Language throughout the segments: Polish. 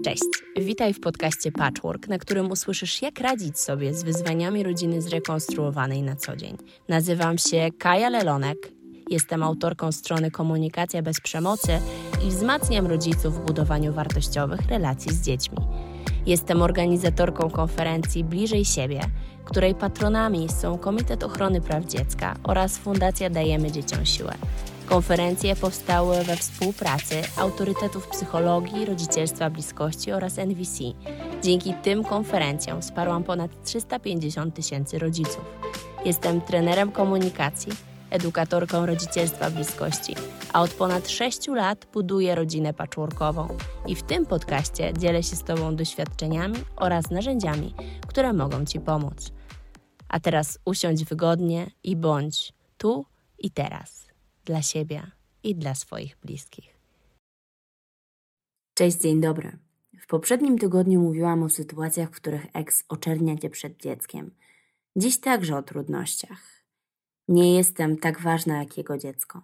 Cześć, witaj w podcaście Patchwork, na którym usłyszysz, jak radzić sobie z wyzwaniami rodziny zrekonstruowanej na co dzień. Nazywam się Kaja Lelonek, jestem autorką strony Komunikacja bez przemocy i wzmacniam rodziców w budowaniu wartościowych relacji z dziećmi. Jestem organizatorką konferencji Bliżej Siebie, której patronami są Komitet Ochrony Praw Dziecka oraz Fundacja Dajemy Dzieciom Siłę. Konferencje powstały we współpracy autorytetów psychologii, rodzicielstwa bliskości oraz NVC. Dzięki tym konferencjom wsparłam ponad 350 000 rodziców. Jestem trenerem komunikacji, edukatorką rodzicielstwa bliskości, a od ponad 6 lat buduję rodzinę patchworkową i w tym podcaście dzielę się z Tobą doświadczeniami oraz narzędziami, które mogą Ci pomóc. A teraz usiądź wygodnie i bądź tu i teraz. Dla siebie i dla swoich bliskich. Cześć, dzień dobry. W poprzednim tygodniu mówiłam o sytuacjach, w których ex oczernia Cię przed dzieckiem. Dziś także o trudnościach. Nie jestem tak ważna jak jego dziecko.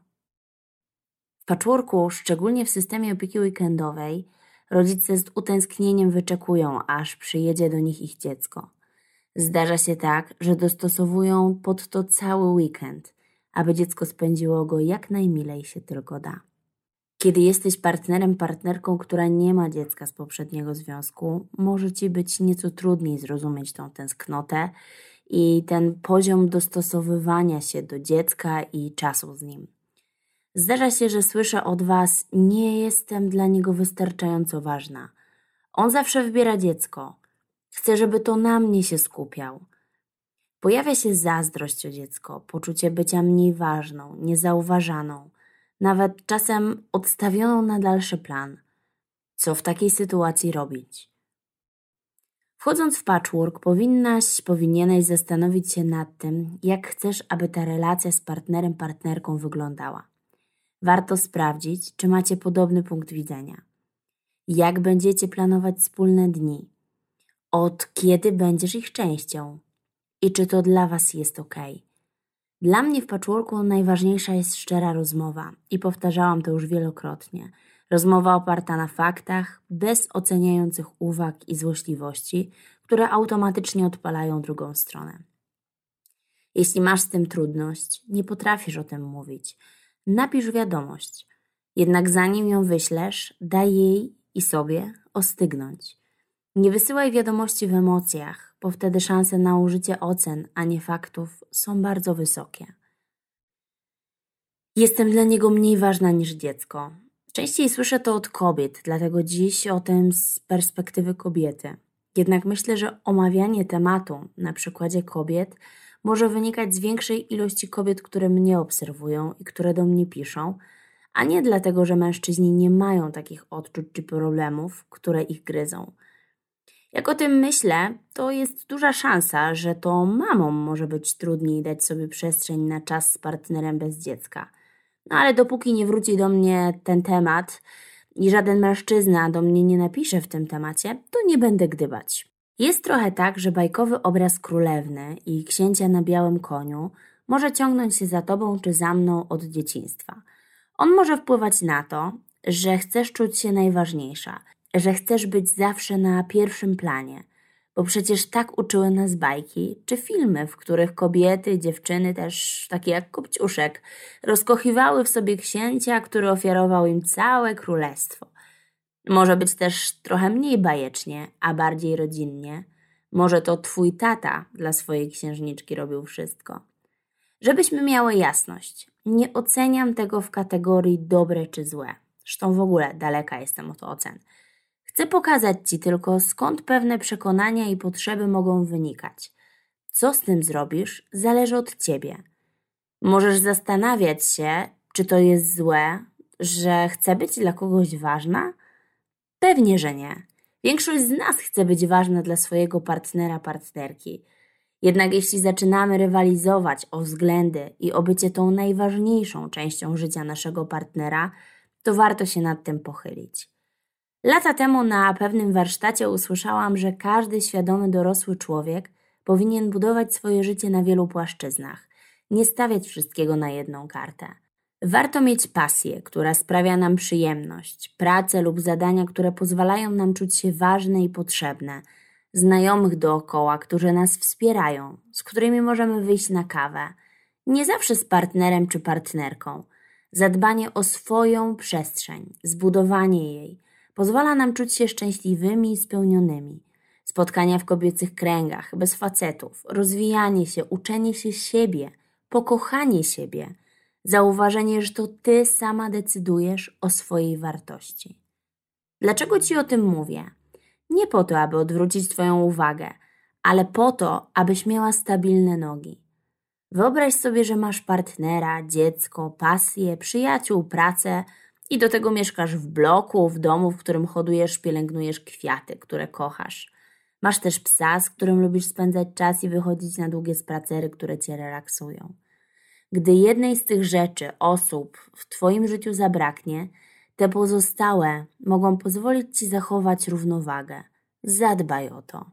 W patchworku, szczególnie w systemie opieki weekendowej, rodzice z utęsknieniem wyczekują, aż przyjedzie do nich ich dziecko. Zdarza się tak, że dostosowują pod to cały weekend, aby dziecko spędziło go jak najmilej się tylko da. Kiedy jesteś partnerką, która nie ma dziecka z poprzedniego związku, może Ci być nieco trudniej zrozumieć tą tęsknotę i ten poziom dostosowywania się do dziecka i czasu z nim. Zdarza się, że słyszę od Was: nie jestem dla niego wystarczająco ważna. On zawsze wybiera dziecko. Chcę, żeby to na mnie się skupiał. Pojawia się zazdrość o dziecko, poczucie bycia mniej ważną, niezauważaną, nawet czasem odstawioną na dalszy plan. Co w takiej sytuacji robić? Wchodząc w patchwork, powinieneś zastanowić się nad tym, jak chcesz, aby ta relacja z partnerką wyglądała. Warto sprawdzić, czy macie podobny punkt widzenia. Jak będziecie planować wspólne dni? Od kiedy będziesz ich częścią? I czy to dla Was jest ok? Dla mnie w patchworku najważniejsza jest szczera rozmowa i powtarzałam to już wielokrotnie. Rozmowa oparta na faktach, bez oceniających uwag i złośliwości, które automatycznie odpalają drugą stronę. Jeśli masz z tym trudność, nie potrafisz o tym mówić, napisz wiadomość. Jednak zanim ją wyślesz, daj jej i sobie ostygnąć. Nie wysyłaj wiadomości w emocjach, bo wtedy szanse na użycie ocen, a nie faktów są bardzo wysokie. Jestem dla niego mniej ważna niż dziecko. Częściej słyszę to od kobiet, dlatego dziś o tym z perspektywy kobiety. Jednak myślę, że omawianie tematu na przykładzie kobiet może wynikać z większej ilości kobiet, które mnie obserwują i które do mnie piszą, a nie dlatego, że mężczyźni nie mają takich odczuć czy problemów, które ich gryzą. Jak o tym myślę, to jest duża szansa, że to mamom może być trudniej dać sobie przestrzeń na czas z partnerem bez dziecka. No ale dopóki nie wróci do mnie ten temat i żaden mężczyzna do mnie nie napisze w tym temacie, to nie będę gdybać. Jest trochę tak, że bajkowy obraz królewny i księcia na białym koniu może ciągnąć się za tobą czy za mną od dzieciństwa. On może wpływać na to, że chcesz czuć się najważniejsza, że chcesz być zawsze na pierwszym planie, bo przecież tak uczyły nas bajki czy filmy, w których kobiety, dziewczyny też takie jak Kopciuszek rozkochiwały w sobie księcia, który ofiarował im całe królestwo. Może być też trochę mniej bajecznie, a bardziej rodzinnie. Może to twój tata dla swojej księżniczki robił wszystko. Żebyśmy miały jasność, nie oceniam tego w kategorii dobre czy złe. Zresztą w ogóle daleka jestem od ocen. Chcę pokazać Ci tylko, skąd pewne przekonania i potrzeby mogą wynikać. Co z tym zrobisz, zależy od Ciebie. Możesz zastanawiać się, czy to jest złe, że chcę być dla kogoś ważna? Pewnie, że nie. Większość z nas chce być ważna dla swojego partnerki. Jednak jeśli zaczynamy rywalizować o względy i o bycie tą najważniejszą częścią życia naszego partnera, to warto się nad tym pochylić. Lata temu na pewnym warsztacie usłyszałam, że każdy świadomy dorosły człowiek powinien budować swoje życie na wielu płaszczyznach, nie stawiać wszystkiego na jedną kartę. Warto mieć pasję, która sprawia nam przyjemność, pracę lub zadania, które pozwalają nam czuć się ważne i potrzebne, znajomych dookoła, którzy nas wspierają, z którymi możemy wyjść na kawę, nie zawsze z partnerem czy partnerką. Zadbanie o swoją przestrzeń, zbudowanie jej, pozwala nam czuć się szczęśliwymi i spełnionymi. Spotkania w kobiecych kręgach, bez facetów, rozwijanie się, uczenie się siebie, pokochanie siebie, zauważenie, że to ty sama decydujesz o swojej wartości. Dlaczego ci o tym mówię? Nie po to, aby odwrócić twoją uwagę, ale po to, abyś miała stabilne nogi. Wyobraź sobie, że masz partnera, dziecko, pasję, przyjaciół, pracę i do tego mieszkasz w bloku, w domu, w którym hodujesz, pielęgnujesz kwiaty, które kochasz. Masz też psa, z którym lubisz spędzać czas i wychodzić na długie spacery, które cię relaksują. Gdy jednej z tych rzeczy, osób w twoim życiu zabraknie, te pozostałe mogą pozwolić ci zachować równowagę. Zadbaj o to.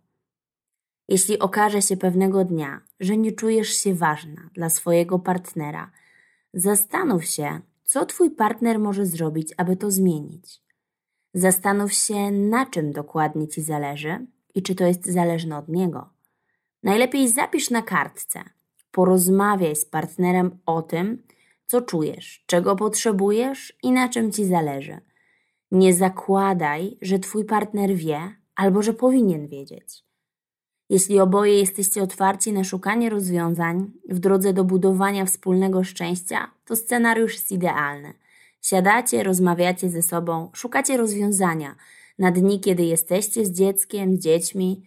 Jeśli okaże się pewnego dnia, że nie czujesz się ważna dla swojego partnera, zastanów się, co twój partner może zrobić, aby to zmienić. Zastanów się, na czym dokładnie ci zależy i czy to jest zależne od niego. Najlepiej zapisz na kartce. Porozmawiaj z partnerem o tym, co czujesz, czego potrzebujesz i na czym ci zależy. Nie zakładaj, że twój partner wie albo że powinien wiedzieć. Jeśli oboje jesteście otwarci na szukanie rozwiązań w drodze do budowania wspólnego szczęścia, to scenariusz jest idealny. Siadacie, rozmawiacie ze sobą, szukacie rozwiązania na dni, kiedy jesteście z dzieckiem, z dziećmi.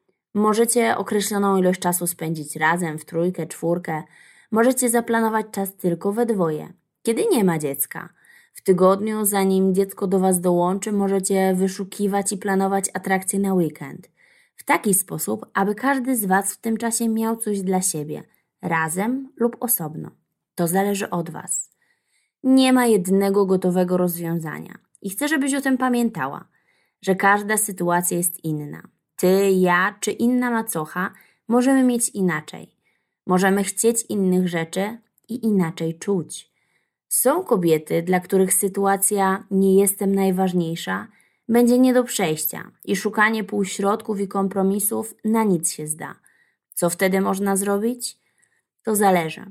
Możecie określoną ilość czasu spędzić razem, w trójkę, czwórkę. Możecie zaplanować czas tylko we dwoje, kiedy nie ma dziecka. W tygodniu, zanim dziecko do was dołączy, możecie wyszukiwać i planować atrakcje na weekend. W taki sposób, aby każdy z was w tym czasie miał coś dla siebie, razem lub osobno. To zależy od was. Nie ma jednego gotowego rozwiązania. I chcę, żebyś o tym pamiętała, że każda sytuacja jest inna. Ty, ja czy inna macocha możemy mieć inaczej. Możemy chcieć innych rzeczy i inaczej czuć. Są kobiety, dla których sytuacja nie jestem najważniejsza będzie nie do przejścia i szukanie półśrodków i kompromisów na nic się zda. Co wtedy można zrobić? To zależy.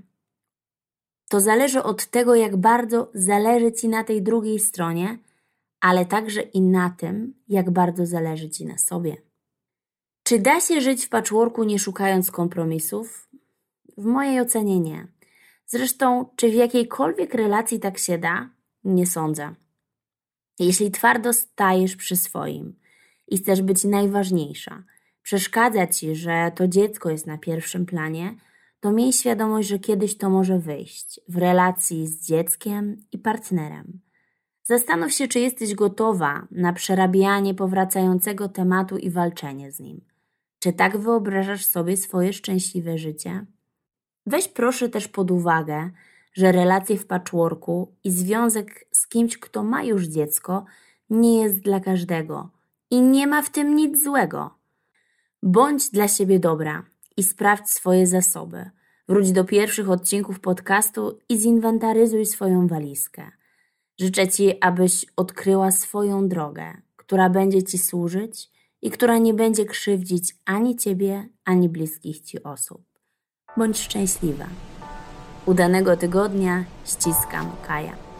To zależy od tego, jak bardzo zależy ci na tej drugiej stronie, ale także i na tym, jak bardzo zależy ci na sobie. Czy da się żyć w patchworku nie szukając kompromisów? W mojej ocenie nie. Zresztą, czy w jakiejkolwiek relacji tak się da? Nie sądzę. Jeśli twardo stajesz przy swoim i chcesz być najważniejsza, przeszkadza ci, że to dziecko jest na pierwszym planie, to miej świadomość, że kiedyś to może wyjść w relacji z dzieckiem i partnerem. Zastanów się, czy jesteś gotowa na przerabianie powracającego tematu i walczenie z nim. Czy tak wyobrażasz sobie swoje szczęśliwe życie? Weź proszę też pod uwagę, że relacje w patchworku i związek z kimś, kto ma już dziecko, nie jest dla każdego i nie ma w tym nic złego. Bądź dla siebie dobra i sprawdź swoje zasoby. Wróć do pierwszych odcinków podcastu i zinwentaryzuj swoją walizkę. Życzę ci, abyś odkryła swoją drogę, która będzie ci służyć i która nie będzie krzywdzić ani ciebie, ani bliskich ci osób. Bądź szczęśliwa. Udanego tygodnia, ściskam, Kaja.